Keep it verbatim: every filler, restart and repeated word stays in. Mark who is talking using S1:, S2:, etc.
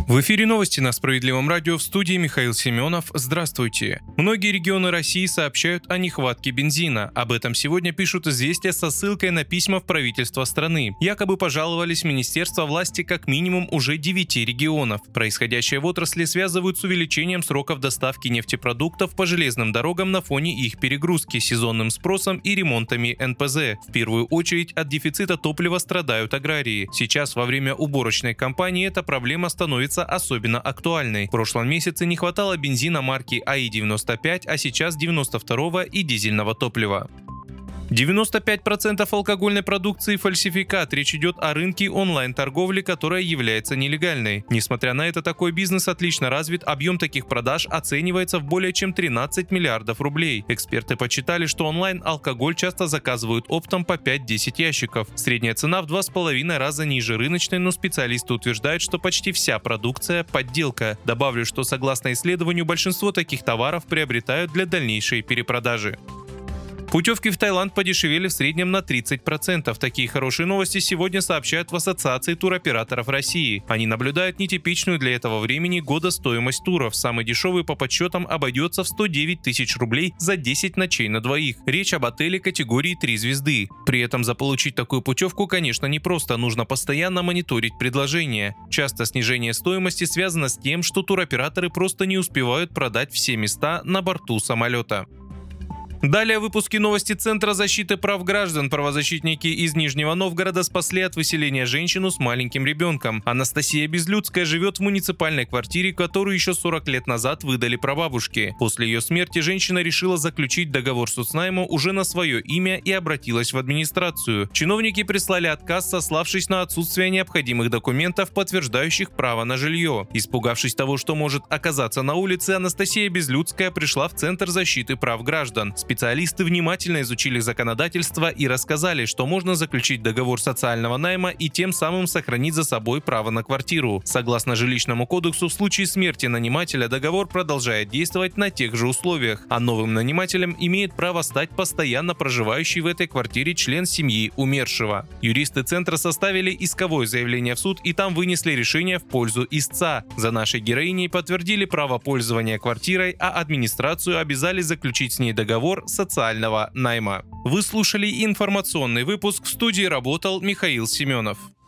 S1: В эфире новости на Справедливом радио, в студии Михаил Семенов. Здравствуйте. Многие регионы России сообщают о нехватке бензина. Об этом сегодня пишут «Известия» со ссылкой на письма в правительство страны. Якобы пожаловались в министерство власти как минимум уже девяти регионов. Происходящее в отрасли связывают с увеличением сроков доставки нефтепродуктов по железным дорогам на фоне их перегрузки, сезонным спросом и ремонтами эн пэ зэ. В первую очередь от дефицита топлива страдают аграрии. Сейчас во время уборочной кампании эта проблема становится особенно актуальной. В прошлом месяце не хватало бензина марки а и девяносто пять, а сейчас девяносто второго и дизельного топлива. девяносто пять процентов алкогольной продукции – фальсификат. Речь идет о рынке онлайн-торговли, которая является нелегальной. Несмотря на это, такой бизнес отлично развит, объем таких продаж оценивается в более чем тринадцать миллиардов рублей. Эксперты подсчитали, что онлайн-алкоголь часто заказывают оптом по пять-десять ящиков. Средняя цена в два с половиной раза ниже рыночной, но специалисты утверждают, что почти вся продукция – подделка. Добавлю, что согласно исследованию, большинство таких товаров приобретают для дальнейшей перепродажи. Путевки в Таиланд подешевели в среднем на тридцать процентов. Такие хорошие новости сегодня сообщают в Ассоциации туроператоров России. Они наблюдают нетипичную для этого времени года стоимость туров. Самый дешевый по подсчетам обойдется в сто девять тысяч рублей за десять ночей на двоих. Речь об отеле категории три звезды. При этом заполучить такую путевку, конечно, непросто. Нужно постоянно мониторить предложения. Часто снижение стоимости связано с тем, что туроператоры просто не успевают продать все места на борту самолета. Далее в выпуске новости Центра защиты прав граждан. Правозащитники из Нижнего Новгорода спасли от выселения женщину с маленьким ребенком. Анастасия Безлюдская живет в муниципальной квартире, которую еще сорок лет назад выдали прабабушке. После ее смерти женщина решила заключить договор соцнайма уже на свое имя и обратилась в администрацию. Чиновники прислали отказ, сославшись на отсутствие необходимых документов, подтверждающих право на жилье. Испугавшись того, что может оказаться на улице, Анастасия Безлюдская пришла в Центр защиты прав граждан. Специалисты внимательно изучили законодательство и рассказали, что можно заключить договор социального найма и тем самым сохранить за собой право на квартиру. Согласно жилищному кодексу, в случае смерти нанимателя договор продолжает действовать на тех же условиях, а новым нанимателем имеет право стать постоянно проживающий в этой квартире член семьи умершего. Юристы Центра составили исковое заявление в суд и там вынесли решение в пользу истца. За нашей героиней подтвердили право пользования квартирой, а администрацию обязали заключить с ней договор социального найма. Вы слушали информационный выпуск. В студии работал Михаил Семенов.